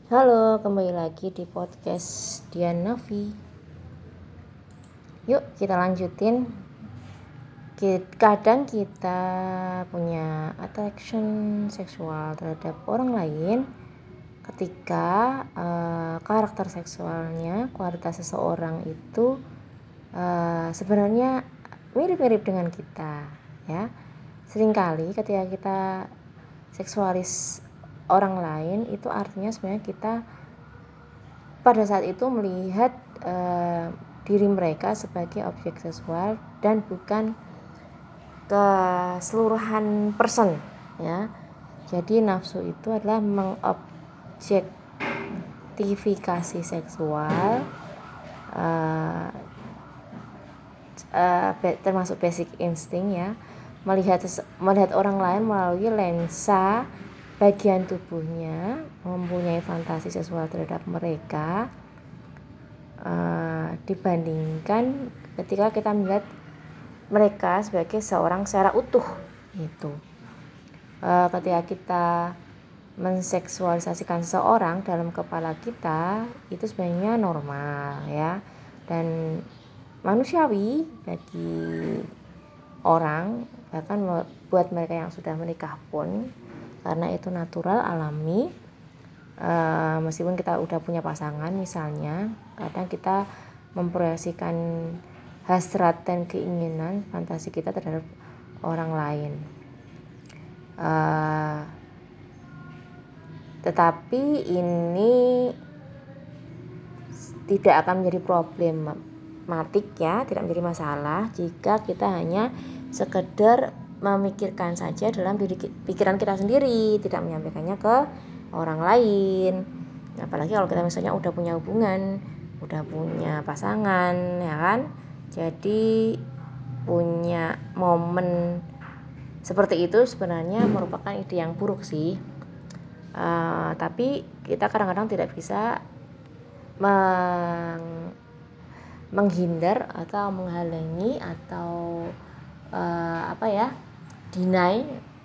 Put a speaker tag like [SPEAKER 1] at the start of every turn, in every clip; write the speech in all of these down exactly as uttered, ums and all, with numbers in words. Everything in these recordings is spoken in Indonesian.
[SPEAKER 1] Halo, kembali lagi di podcast Dian Nafi. Yuk kita lanjutin. Kadang kita punya attraction seksual terhadap orang lain ketika uh, karakter seksualnya, kualitas seseorang itu uh, sebenarnya mirip-mirip dengan kita, ya. Seringkali ketika kita seksualis orang lain, itu artinya sebenarnya kita pada saat itu melihat uh, diri mereka sebagai objek seksual dan bukan keseluruhan person, ya. Jadi nafsu itu adalah mengobjektifikasi seksual, uh, uh, termasuk basic instinct, ya, melihat melihat orang lain melalui lensa bagian tubuhnya, mempunyai fantasi seksual terhadap mereka, uh, dibandingkan ketika kita melihat mereka sebagai seorang secara utuh. Itu uh, ketika kita menseksualisasikan seseorang dalam kepala kita, itu sebenarnya normal, ya, dan manusiawi bagi orang, bahkan buat mereka yang sudah menikah pun, karena itu natural, alami. Uh, meskipun kita udah punya pasangan misalnya, kadang kita memproyeksikan hasrat dan keinginan fantasi kita terhadap orang lain. Uh, tetapi ini tidak akan menjadi problematik, ya, tidak menjadi masalah jika kita hanya sekedar memikirkan saja dalam diri, pikiran kita sendiri, tidak menyampaikannya ke orang lain. Apalagi kalau kita misalnya udah punya hubungan, udah punya pasangan, ya kan, jadi punya momen seperti itu sebenarnya merupakan ide yang buruk sih. Uh, tapi kita kadang-kadang tidak bisa meng, menghindar atau menghalangi atau uh, apa ya deny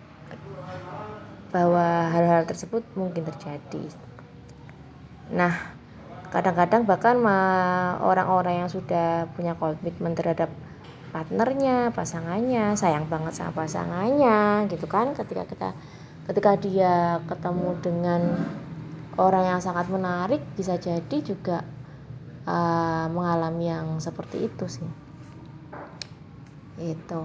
[SPEAKER 1] bahwa hal-hal tersebut mungkin terjadi. Nah, kadang-kadang bahkan orang-orang yang sudah punya komitmen terhadap partnernya, pasangannya, sayang banget sama pasangannya, gitu kan, ketika kita ketika dia ketemu dengan orang yang sangat menarik, bisa jadi juga uh, mengalami yang seperti itu sih. Itu.